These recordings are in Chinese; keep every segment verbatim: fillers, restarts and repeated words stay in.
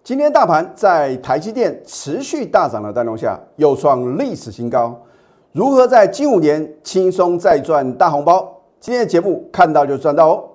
今天大盘在台积电持续大涨的带动下，又创历史新高。如何在金五年轻松再赚大红包？今天的节目看到就赚到哦！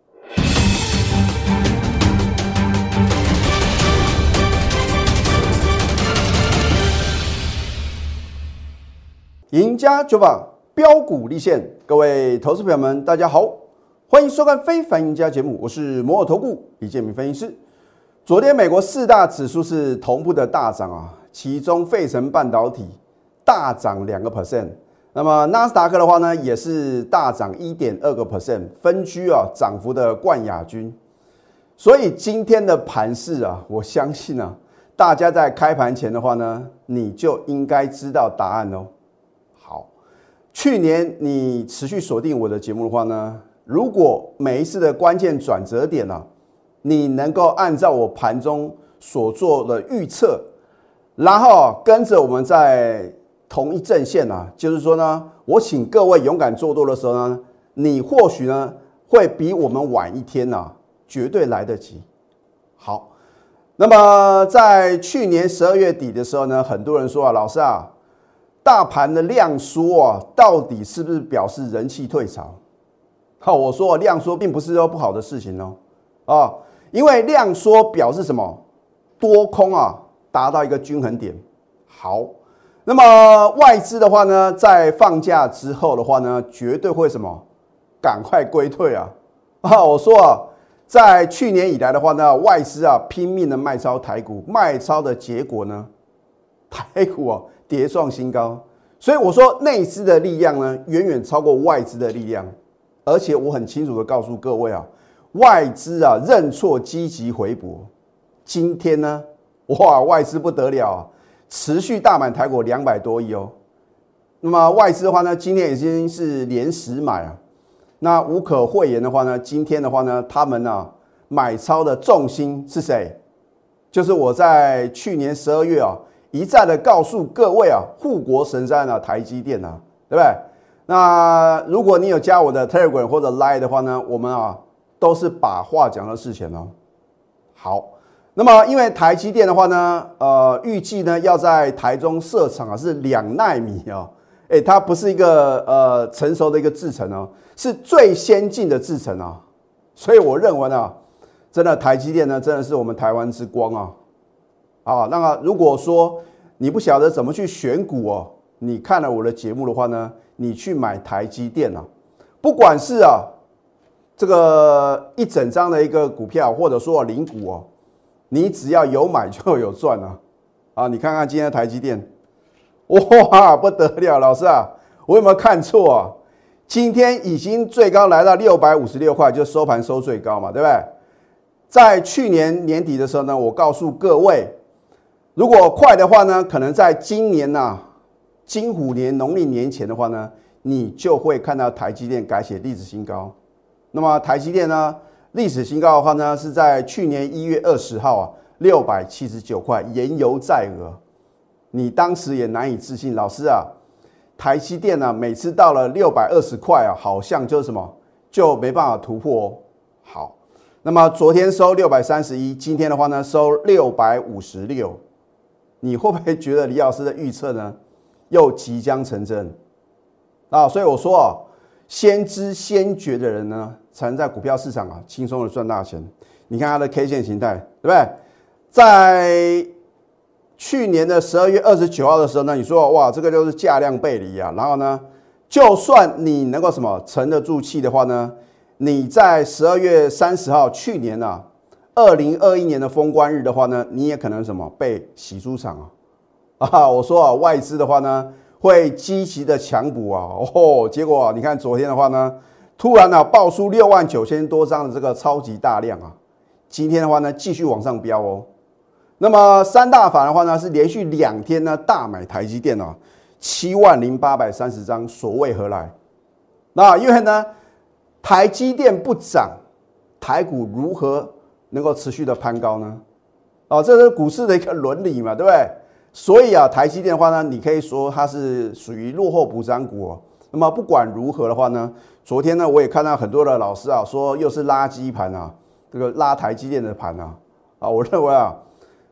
赢家九法标股立现，各位投资朋友们，大家好，欢迎收看《非凡赢家》节目，我是摩尔投顾李建民分析师。昨天美国四大指数是同步的大涨啊，其中费城半导体大涨两个 percent， 那么纳斯达克的话呢，也是大涨一点二个 percent， 分居啊涨幅的冠亚军。所以今天的盘势啊，我相信啊，大家在开盘前的话呢，你就应该知道答案哦。好，去年你持续锁定我的节目的话呢，如果每一次的关键转折点啊，你能够按照我盘中所做的预测，然后跟着我们在同一阵线啊，就是说呢，我请各位勇敢做多的时候呢，你或许呢会比我们晚一天啊，绝对来得及。好，那么在去年十二月底的时候呢，很多人说啊，老师啊，大盘的量缩啊，到底是不是表示人气退潮？好，我说量缩并不是说不好的事情哦，啊。因为量缩表示什么？多空啊达到一个均衡点。好，那么外资的话呢，在放假之后的话呢，绝对会什么？赶快归退啊！啊，我说啊，在去年以来的话呢，外资啊拼命的卖超台股，卖超的结果呢，台股啊跌创新高。所以我说内资的力量呢，远远超过外资的力量，而且我很清楚的告诉各位啊。外资啊认错积极回补，今天呢，哇，外资不得了啊，持续大买台股两百多亿哦。那么外资的话呢，今天已经是连十买啊。那无可讳言的话呢，今天的话呢，他们啊买超的重心是谁？就是我在去年十二月啊一再的告诉各位啊，护国神山啊，台积电啊，对不对？那如果你有加我的 Telegram 或者 Line 的话呢，我们啊。都是把话讲到事前哦。好，那么因为台积电的话呢，呃，预计呢要在台中设厂啊，是两奈米哦，哎，它不是一个呃成熟的一个制程哦，是最先进的制程啊。所以我认为呢，真的台积电呢，真的是我们台湾之光啊。啊，那么如果说你不晓得怎么去选股哦，你看了我的节目的话呢，你去买台积电啊，不管是啊。这个一整张的一个股票，或者说零股哦，你只要有买就有赚啊！啊，你看看今天的台积电，哇，不得了，老师啊，我有没有看错啊？今天已经最高来到六百五十六块，就收盘收最高嘛，对不对？在去年年底的时候呢，我告诉各位，如果快的话呢，可能在今年呐、啊，金虎年农历年前的话呢，你就会看到台积电改写历史新高。那么台积电呢，历史新高的话呢，是在去年一月二十号啊，六百七十九块，言犹在耳。你当时也难以置信，老师啊，台积电呢，每次到了六百二十块啊，好像就是什么就没办法突破哦。好，那么昨天收六百三十一，今天的话呢，收六百五十六。你会不会觉得李老师的预测呢，又即将成真啊？所以我说啊。先知先觉的人呢，才能在股票市场啊轻松的赚大钱。你看它的 K 线形态，对不对？在去年的十二月二十九号的时候呢，你说哇，这个就是价量背离啊。然后呢，就算你能够什么沉得住气的话呢，你在十二月三十号去年啊，二零二一年的封关日的话呢，你也可能什么被洗出场啊。啊，我说啊，外资的话呢。会积极的强补啊，哦，结果啊，你看昨天的话呢，突然啊爆出六万九千多张的这个超级大量啊，今天的话呢继续往上飙哦。那么三大法的话呢是连续两天呢大买台积电啊，七万零八百三十张，所谓何来？那因为呢台积电不涨，台股如何能够持续的攀高呢？哦，这是股市的一个伦理嘛，对不对？所以啊，台积电的话呢，你可以说它是属于落后补涨股哦。那么不管如何的话呢，昨天呢我也看到很多的老师啊说又是垃圾盘啊，这个拉台积电的盘啊啊，我认为啊，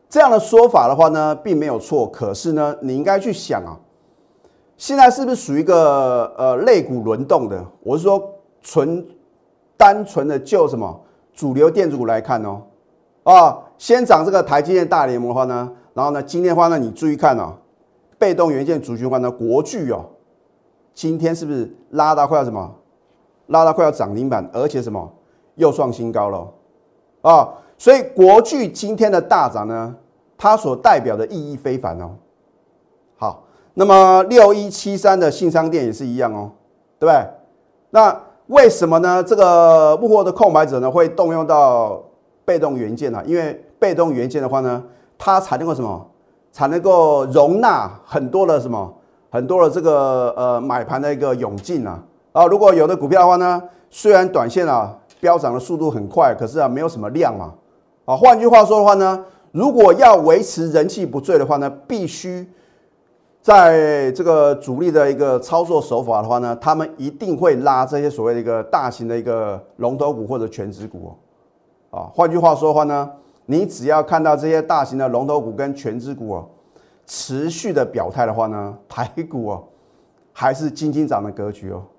这样的说法的话呢，并没有错。可是呢，你应该去想啊，现在是不是属于一个呃类股轮动的？我是说纯单纯的就什么主流电子股来看哦，啊，先涨这个台积电大联盟的话呢，然后呢，今天的话呢，你注意看哦，被动元件族群的话呢，国巨哦，今天是不是拉到快要什么？拉到快要涨停板，而且什么又创新高了啊！所以国巨今天的大涨呢，它所代表的意义非凡哦。好，那么六一七三的信商店也是一样哦，对不对？那为什么呢？这个幕后的控盘者呢会动用到被动元件呢、啊？因为被动元件的话呢，它才能够什么？才能够容纳很多的什么？很多的这个呃买盘的一个涌进啊。啊，如果有的股票的话呢，虽然短线啊飙涨的速度很快，可是啊没有什么量嘛。啊，换句话说的话呢，如果要维持人气不坠的话呢，必须在这个主力的一个操作手法的话呢，他们一定会拉这些所谓的一个大型的一个龙头股或者全指股哦。啊，换句话说的话呢，你只要看到这些大型的龙头股跟全指股哦持续的表态的话呢，台股哦还是金金涨的格局哦。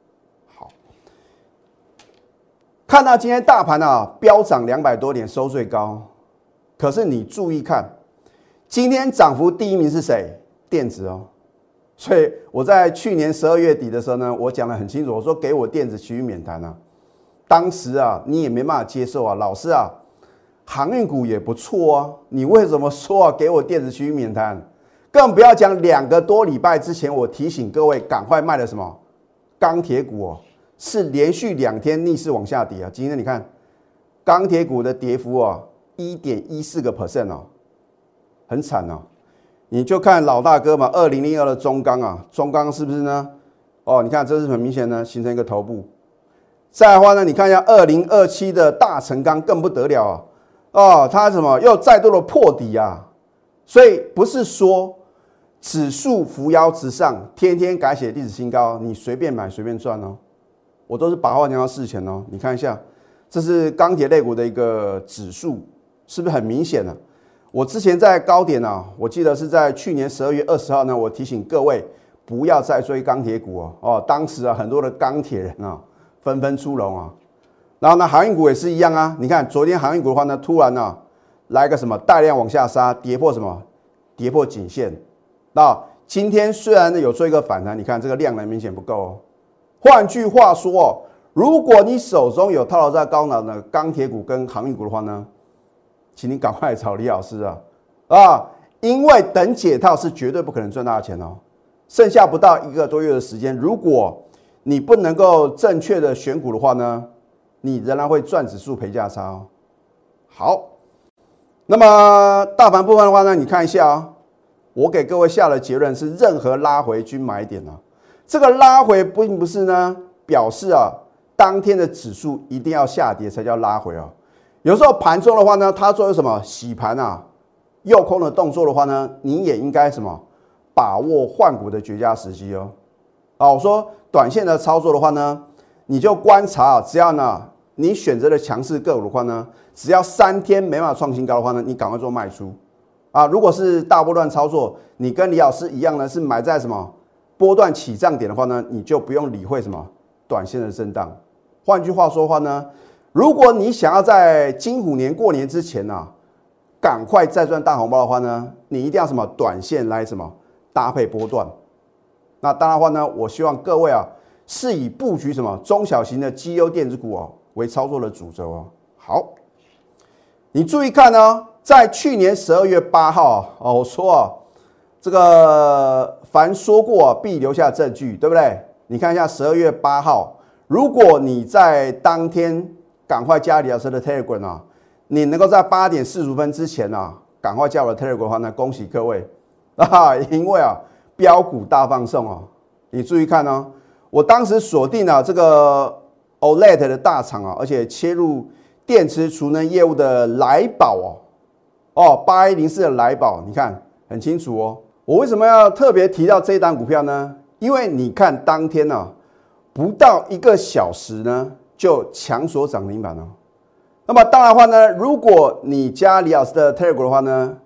看到今天大盘啊飙涨两百多点收最高，可是你注意看，今天涨幅第一名是谁？电子哦。所以我在去年十二月底的时候呢，我讲得很清楚，我说给我电子其余免谈啊。当时啊你也没办法接受啊，老师啊，航运股也不错啊，你为什么说啊给我电子其余免谈？更不要讲两个多礼拜之前我提醒各位赶快卖了什么钢铁股哦。是连续两天逆势往下跌啊！今天你看钢铁股的跌幅啊，一点一四个 percent 哦，很惨哦。你就看老大哥嘛，二零零二的中钢啊，中钢是不是呢？哦，你看这是很明显呢，形成一个头部。再来的话呢，你看一下二零二七的大成钢更不得了啊！哦，它什么又再度的破底啊？所以不是说指数扶摇直上，天天改写历史新高，你随便买随便赚哦。我都是把话讲到事前哦，你看一下，这是钢铁类股的一个指数，是不是很明显呢、啊？我之前在高点啊，我记得是在去年十二月二十号呢，我提醒各位不要再追钢铁股哦。哦，当时啊，很多的钢铁人啊纷纷出笼啊。然后呢，航运股也是一样啊。你看昨天航运股的话呢，突然啊来个什么大量往下杀，跌破什么？跌破颈线。那今天虽然呢有做一个反弹，你看这个量呢明显不够哦。换句话说哦，如果你手中有套牢在高档的钢铁股跟航运股的话呢，请你赶快找李老师啊啊！因为等解套是绝对不可能赚大钱哦。剩下不到一个多月的时间，如果你不能够正确的选股的话呢，你仍然会赚指数赔价差哦。好，那么大盘部分的话呢，你看一下啊、哦，我给各位下的结论是任何拉回均买点啊。这个拉回并不是呢表示啊当天的指数一定要下跌才叫拉回哦。有时候盘中的话呢，它做什么洗盘啊、诱空的动作的话呢，你也应该什么把握换股的绝佳时机哦。啊，我说短线的操作的话呢，你就观察啊，只要呢你选择的强势个股的话呢，只要三天没办法创新高的话呢，你赶快做卖出啊。如果是大波段操作，你跟李老师一样呢，是买在什么？波段起涨点的话呢，你就不用理会什么短线的震荡。换句话说的话呢，如果你想要在金虎年过年之前呢、啊，赶快再赚大红包的话呢，你一定要什么短线来什么搭配波段。那当然的话呢，我希望各位啊是以布局什么中小型的绩优电子股哦为操作的主轴哦。好，你注意看呢，在去年十二月八号哦，我说啊。这个凡说过必留下证据，对不对？你看一下十二月八号，如果你在当天赶快加李老师的 Telegram 啊，你能够在八点四十分之前啊，赶快加我的 Telegram 的话呢，恭喜各位啊！因为啊，标股大放送啊，你注意看哦，我当时锁定了这个 O L E D 的大厂啊，而且切入电池储能业务的来宝哦，哦，八一零四的来宝，你看很清楚哦。我为什么要特别提到这一档股票呢？因为你看当天啊，不到一个小时呢，就强锁涨停板了。那么当然的话呢，如果你加李老师的 Telegram 的话呢，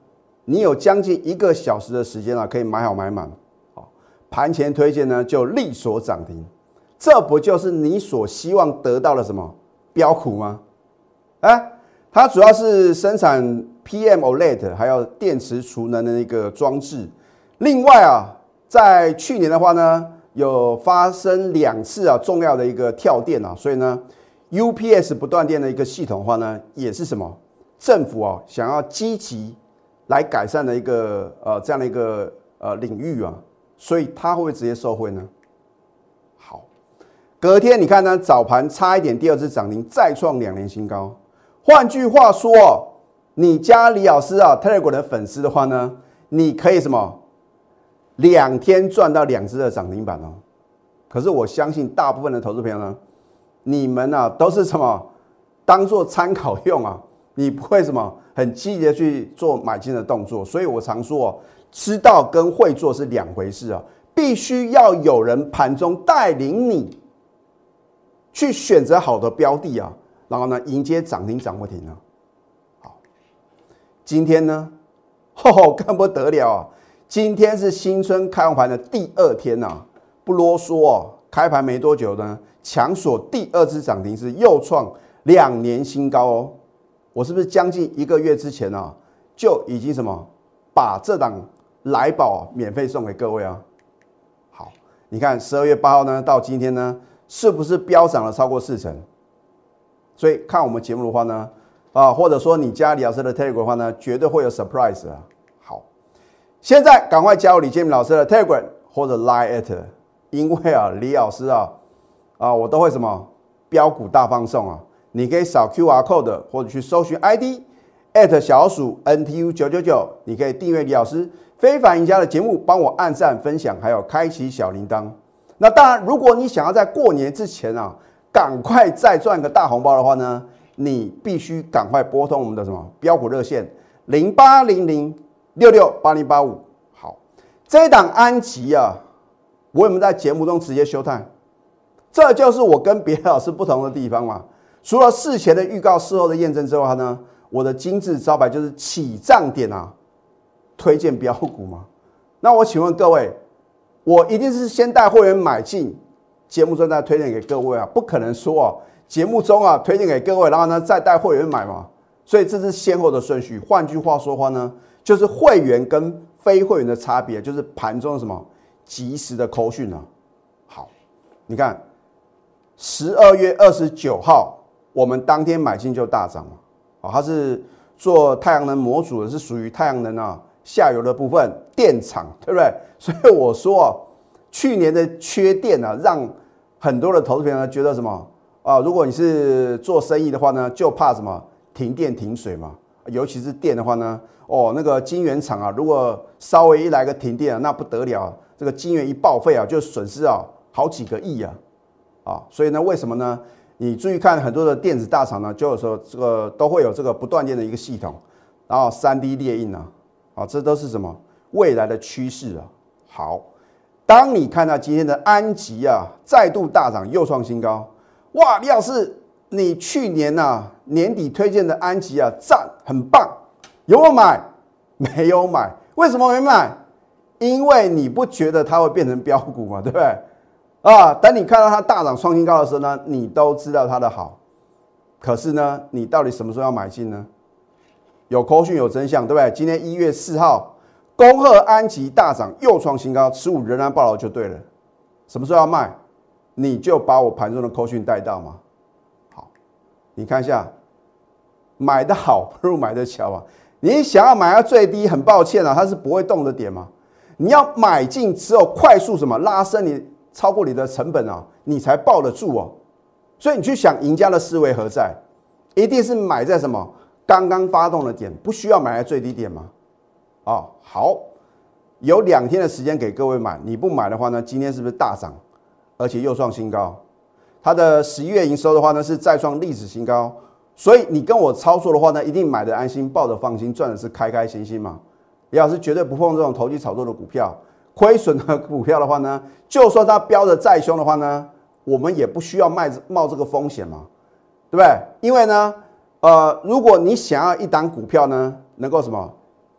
你有将近一个小时的时间啊，可以买好买满。好，盘前推荐呢就力所涨停，这不就是你所希望得到的什么标股吗？哎，它主要是生产 P M O L E D 还有电池储能的一个装置。另外啊，在去年的话呢，有发生两次啊重要的一个跳电啊，所以呢 U P S 不断电的一个系统的话呢，也是什么政府啊想要积极来改善的一个呃这样的一个呃领域啊，所以它会不会直接受惠呢？好，隔天你看呢，早盘差一点第二次涨停，再创两年新高。换句话说，你加李老师啊 Telegram 的粉丝的话呢，你可以什么两天赚到两只的涨停板哦。可是我相信大部分的投资朋友呢，你们啊都是什么当做参考用啊，你不会什么很积极的去做买进的动作。所以我常说哦，知道跟会做是两回事啊，必须要有人盘中带领你去选择好的标的啊。然后呢，迎接涨停涨不停啊！好，今天呢，哦，更不得了啊！今天是新春开红盘的第二天啊，不啰嗦哦，开盘没多久呢，强锁第二支涨停，是又创两年新高哦。我是不是将近一个月之前啊，就已经什么把这档来宝、啊、免费送给各位啊？好，你看十二月八号呢，到今天呢，是不是飙涨了超过四成？所以看我们节目的话呢，啊，或者说你加李老师的 Telegram 的话呢，绝对会有 surprise 啊。好，现在赶快加入李建明老师的 Telegram 或者 Line at， 因为啊，李老师啊，啊，我都会什么标股大放送啊。你可以扫 Q R code 或者去搜寻 I D at 小鼠 N T U 九九九，你可以订阅李老师非凡赢家的节目，帮我按赞分享，还有开启小铃铛。那当然，如果你想要在过年之前啊，赶快再赚个大红包的话呢，你必须赶快拨通我们的什么标股热线零八零零六六八零八五。好，这一档安吉啊，我有没有在节目中直接休探？这就是我跟别的老师不同的地方嘛。除了事前的预告、事后的验证之外呢，我的金字招牌就是起涨点啊，推荐标股嘛。那我请问各位，我一定是先带会员买进。节目中再推荐给各位啊，不可能说啊，节目中啊推荐给各位，然后呢再带会员买嘛，所以这是先后的顺序。换句话说话呢，就是会员跟非会员的差别，就是盘中的什么及时的扣讯啊。好，你看十二月二十九号，我们当天买进就大涨嘛，啊，它是做太阳能模组的，是属于太阳能啊下游的部分电厂，对不对？所以我说啊，去年的缺电啊，让很多的投资朋友呢觉得什么啊？如果你是做生意的话呢，就怕什么停电停水嘛。尤其是电的话呢，哦，那个晶圆厂啊，如果稍微一来个停电啊，那不得了、啊，这个晶圆一报废啊，就损失啊好几个亿啊啊！所以呢，为什么呢？你注意看很多的电子大厂呢，就有时候这个都会有这个不断电的一个系统，然后 三 D 列印啊，啊，这都是什么未来的趋势啊。好。当你看到今天的安吉啊再度大涨，又创新高，哇！李老师，你去年啊年底推荐的安吉啊，赞，很棒，有没有买？没有买，为什么没买？因为你不觉得它会变成标股嘛，对不对？啊，等你看到它大涨创新高的时候呢，你都知道它的好，可是呢，你到底什么时候要买进呢？有扣讯有真相，对不对？今天一月四号。恭贺安吉大涨，又创新高，持股仍然抱牢就对了。什么时候要卖，你就把我盘中的扣讯带到嘛。好，你看一下，买的好不如买的巧啊。你想要买到最低，很抱歉啊，它是不会动的点嘛。你要买进，只有快速什么拉升你超过你的成本啊，你才抱得住哦。所以你去想赢家的思维何在？一定是买在什么刚刚发动的点，不需要买在最低点嘛。哦，好，有两天的时间给各位买，你不买的话呢，今天是不是大涨，而且又创新高？它的十一月营收的话呢，是再创历史新高，所以你跟我操作的话呢，一定买的安心，抱的放心，赚的是开开心心嘛。李老师绝对不碰这种投机炒作的股票，亏损的股票的话呢，就算它飙得再凶的话呢，我们也不需要卖冒这个风险嘛，对不对？因为呢，呃，如果你想要一档股票呢，能够什么？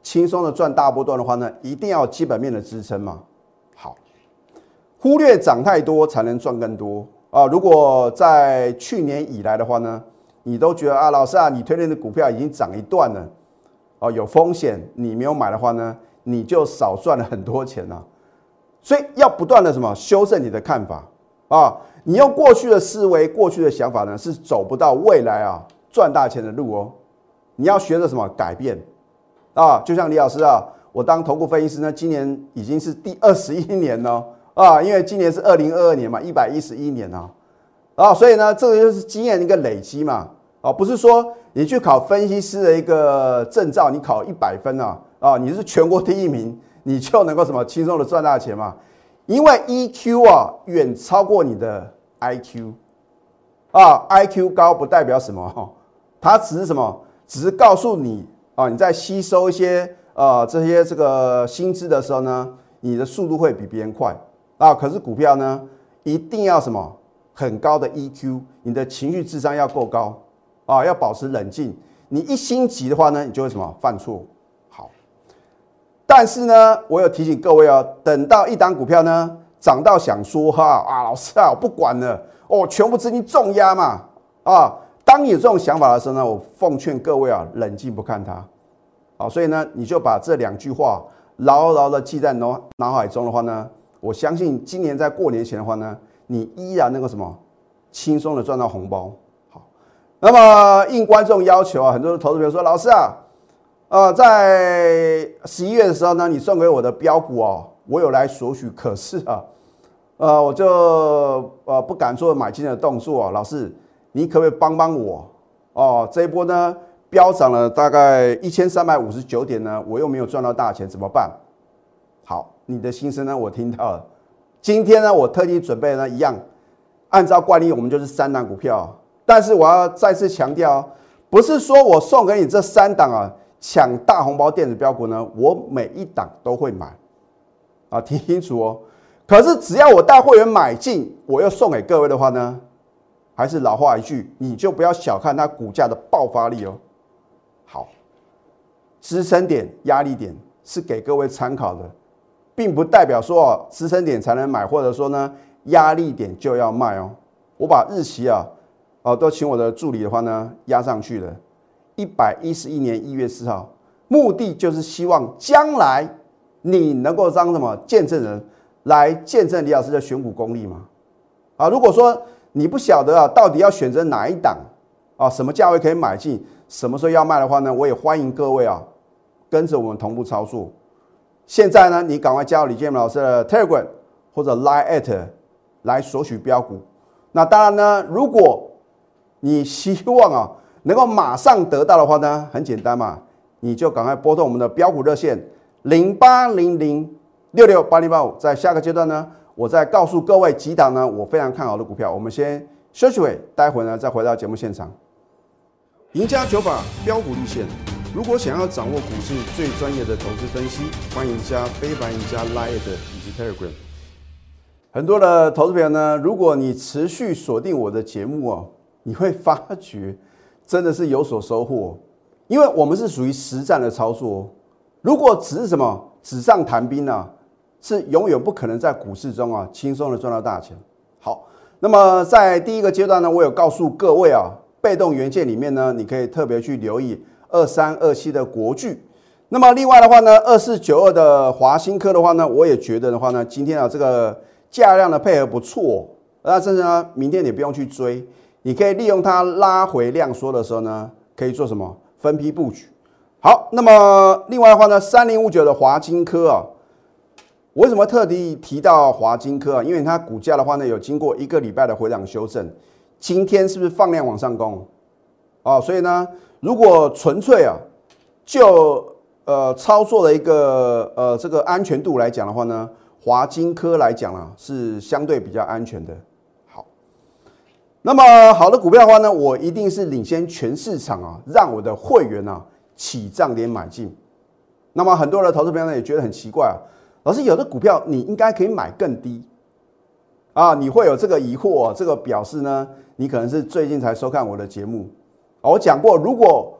轻松的赚大波段的话呢，一定要有基本面的支撑嘛。好，忽略涨太多才能赚更多啊！如果在去年以来的话呢，你都觉得啊，老师啊，你推荐的股票已经涨一段了，哦，有风险，你没有买的话呢，你就少赚了很多钱啊。所以要不断的什么修正你的看法啊！你用过去的思维、过去的想法呢，是走不到未来啊赚大钱的路哦。你要学着什么改变啊？就像李老师啊，我当投顾分析师呢，今年已经是第二十一年了。啊，因为今年是二零二二年嘛，一百一十一年啊，啊，所以呢，这个就是经验的一个累积嘛，啊，不是说你去考分析师的一个证照，你考一百分啊，啊，你是全国第一名，你就能够什么轻松的赚大钱嘛？因为 E Q 啊远超过你的 I Q， 啊 ，I Q 高不代表什么，它只是什么，只是告诉你啊，你在吸收一些呃这些这个薪资的时候呢，你的速度会比别人快。啊，可是股票呢，一定要什么很高的 E Q， 你的情绪智商要够高啊，要保持冷静。你一心急的话呢，你就会什么犯错。好，但是呢，我有提醒各位哦，等到一档股票呢涨到想说哈啊，老师啊，我不管了哦，全部资金重压嘛啊。当你有这种想法的时候呢，我奉劝各位啊，冷静不看它。好，所以呢，你就把这两句话牢牢的记在脑脑海中的话呢。我相信今年在过年前的话呢，你依然能够什么轻松的赚到红包。好，那么应观众要求啊，很多的投资朋友说，老师啊，呃，在十一月的时候呢，你送给我的标股哦，我有来索取，可是啊，呃，我就呃不敢做买进的动作啊，老师，你可不可以帮帮我？哦，这一波呢飙涨了大概一千三百五十九点呢，我又没有赚到大钱，怎么办？好。你的心声呢，我听到了。今天呢，我特地准备呢一样，按照惯例，我们就是三档股票。但是我要再次强调，不是说我送给你这三档啊抢大红包电子标股呢，我每一档都会买啊，听清楚哦。可是只要我带会员买进，我又送给各位的话呢，还是老话一句，你就不要小看它股价的爆发力哦。好，支撑点、压力点是给各位参考的。并不代表说支撑点才能买，或者说呢压力点就要卖哦。我把日期啊，哦都请我的助理的话呢压上去了，一百一十一年一月四号，目的就是希望将来你能够当什么见证人来见证李老师的选股功力嘛。啊，如果说你不晓得啊到底要选择哪一档啊，什么价位可以买进，什么时候要卖的话呢，我也欢迎各位啊跟着我们同步操作。现在呢，你赶快加入李建明老师的 Telegram 或者 Line at 来索取标股。那当然呢，如果你希望啊能够马上得到的话呢，很简单嘛，你就赶快拨通我们的标股热线零八零零六六八零八五。在下个阶段呢，我再告诉各位几档呢我非常看好的股票。我们先休息会，待会呢再回到节目现场。赢家九法标股立线。如果想要掌握股市最专业的投资分析，欢迎加非凡赢家 Line 以及 Telegram。很多的投资朋友呢，如果你持续锁定我的节目哦，你会发觉真的是有所收获，因为我们是属于实战的操作。如果只是什么纸上谈兵啊，是永远不可能在股市中啊轻松的赚到大钱。好，那么在第一个阶段呢，我有告诉各位啊，被动元件里面呢，你可以特别去留意二三二七的国巨。那么另外的话呢，二四九二的华新科的话呢，我也觉得的话呢，今天啊这个价量的配合不错，那甚至呢明天你不用去追，你可以利用它拉回量缩的时候呢，可以做什么分批布局。好，那么另外的话呢，三零五九的华金科啊，我为什么特地提到华金科啊？因为它股价的话呢，有经过一个礼拜的回档修正，今天是不是放量往上攻？哦，所以呢，如果纯粹啊，就呃操作的一个呃这个安全度来讲的话呢，华金科来讲啊，是相对比较安全的。好，那么好的股票的话呢，我一定是领先全市场啊，让我的会员啊起涨点买进。那么很多的投资朋友呢也觉得很奇怪啊，老师有的股票你应该可以买更低啊，你会有这个疑惑啊，这个表示呢，你可能是最近才收看我的节目。我讲过，如果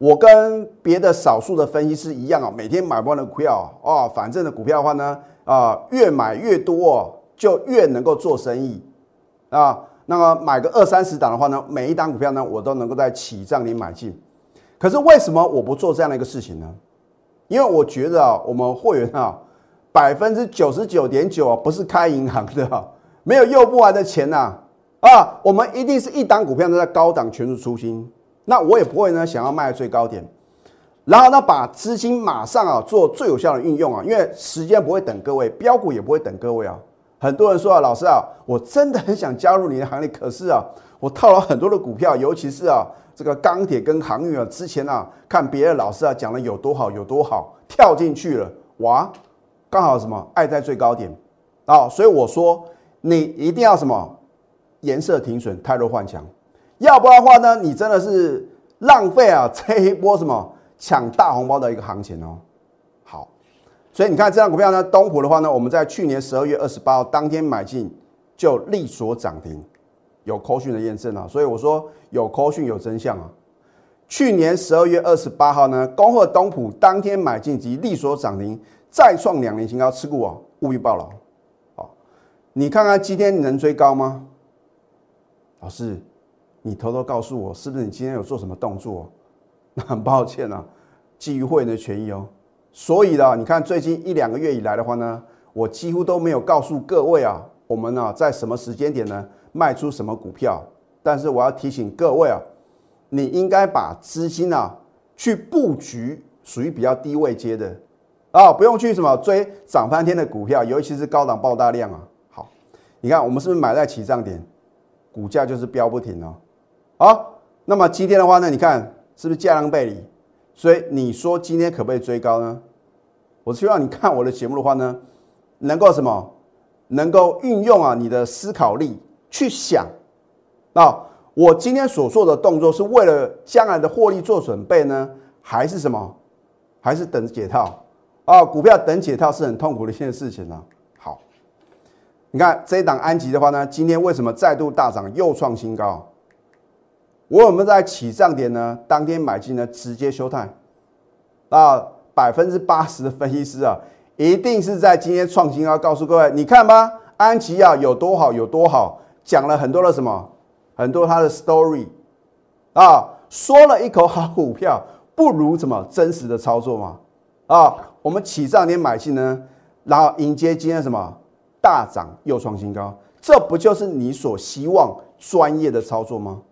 我跟别的少数的分析师一样啊，每天买不完的股票啊，反正的股票的话呢，啊，越买越多就越能够做生意啊。那么买个二三十档的话呢，每一档股票呢，我都能够在起涨点买进。可是为什么我不做这样的一个事情呢？因为我觉得啊，我们会员啊，百分之九十九点九啊，不是开银行的啊，没有用不完的钱呐啊，我们一定是一档股票都在高档全数出清。那我也不会呢想要卖最高点，然后呢把资金马上啊做最有效的运用啊，因为时间不会等各位，标股也不会等各位啊。很多人说啊，老师啊，我真的很想加入你的行列，可是啊，我套了很多的股票，尤其是啊这个钢铁跟航运啊，之前啊看别的老师啊讲的有多好有多好，跳进去了，哇，刚好什么爱在最高点啊，所以我说你一定要什么颜色停损，太弱换强。要不然的话呢，你真的是浪费啊这一波什么抢大红包的一个行情哦。好，所以你看这张股票呢，东普的话呢，我们在去年十二月二十八号当天买进就力所涨停，有扣讯的验证啊。所以我说有扣讯有真相啊。去年十二月二十八号呢，恭贺东普当天买进及力所涨停，再创两年新高，持股啊务必抱牢。好，你看看今天你能追高吗？老师。你偷偷告诉我，是不是你今天有做什么动作？那很抱歉啊，基于会员的权益哦。所以呢，你看最近一两个月以来的话呢，我几乎都没有告诉各位啊，我们呢在什么时间点呢卖出什么股票。但是我要提醒各位啊，你应该把资金啊去布局属于比较低位阶的啊，不用去什么追涨翻天的股票，尤其是高档爆大量啊。好，你看我们是不是买在起涨点，股价就是飙不停哦。好，那么今天的话呢，你看是不是价量背离？所以你说今天可不可以追高呢？我希望你看我的节目的话呢，能够什么？能够运用啊你的思考力去想啊，我今天所做的动作是为了将来的获利做准备呢，还是什么？还是等解套啊？股票等解套是很痛苦的一件事情啊。好，你看这一档安吉的话呢，今天为什么再度大涨，又创新高？我有没有在起涨点呢？当天买进呢，直接休态啊！百分之八十的分析师啊，一定是在今天创新高，告诉各位，你看吧，安吉啊有多好有多好，讲了很多的什么，很多他的 story 啊，说了一口好股票，不如什么真实的操作嘛啊！我们起涨点买进呢，然后迎接今天什么大涨又创新高，这不就是你所希望专业的操作吗？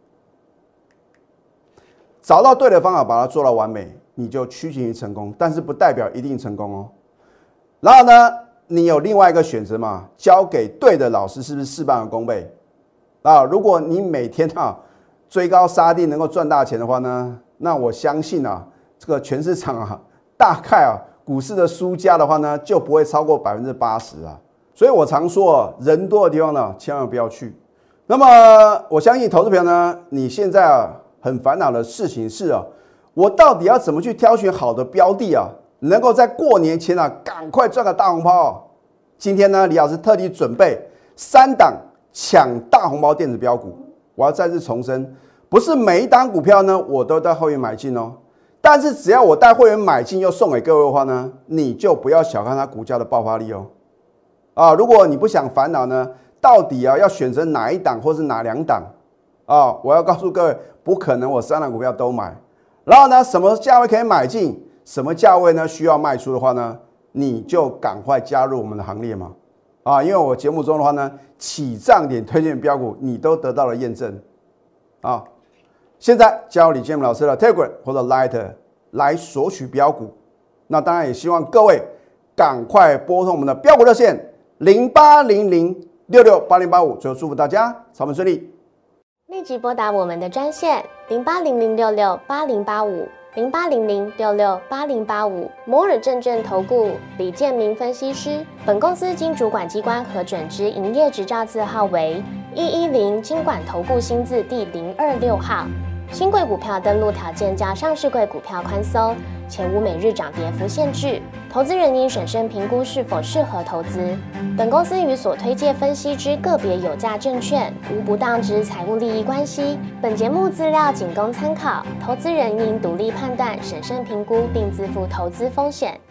找到对的方法，把它做到完美，你就趋近于成功，但是不代表一定成功哦。然后呢，你有另外一个选择嘛？交给对的老师，是不是事半而功倍啊？如果你每天啊追高杀低能够赚大钱的话呢，那我相信啊，这个全市场啊，大概啊股市的输家的话呢，就不会超过百分之八十啊。所以我常说，人多的地方呢，千万不要去。那么我相信投资朋友呢，你现在啊。很烦恼的事情是啊，我到底要怎么去挑选好的标的啊，能够在过年前啊赶快赚个大红包啊？今天呢，李老师特地准备三档抢大红包电子标股。我要再次重申，不是每一档股票呢我都带会员买进哦，但是只要我带会员买进又送给各位的话呢，你就不要小看它股价的爆发力哦。啊，如果你不想烦恼呢，到底啊要选择哪一档或是哪两档啊？我要告诉各位。不可能，我三档股票都买。然后呢，什么价位可以买进，什么价位呢需要卖出的话呢，你就赶快加入我们的行列嘛。啊，因为我节目中的话呢，起涨点推荐标股，你都得到了验证。啊，现在加入李建明老师的 Telegram 或者 Light 来索取标股。那当然也希望各位赶快拨通我们的标股热线零八零零六六八零八五。最后祝福大家操盘顺利。 立即拨打我们的专线零八零零六六八零八五零八零零六六八零八五摩尔证券投顾李建明分析师。本公司经主管机关核准之营业执照字号为一一零金管投顾新字第零二六号。新贵股票登录条件较上市贵股票宽松， 且无每日涨跌幅限制，投资人应审慎评估是否适合投资。本公司与所推介分析之个别有价证券无不当之财务利益关系。本节目资料仅供参考，投资人应独立判断、审慎评估并自负投资风险。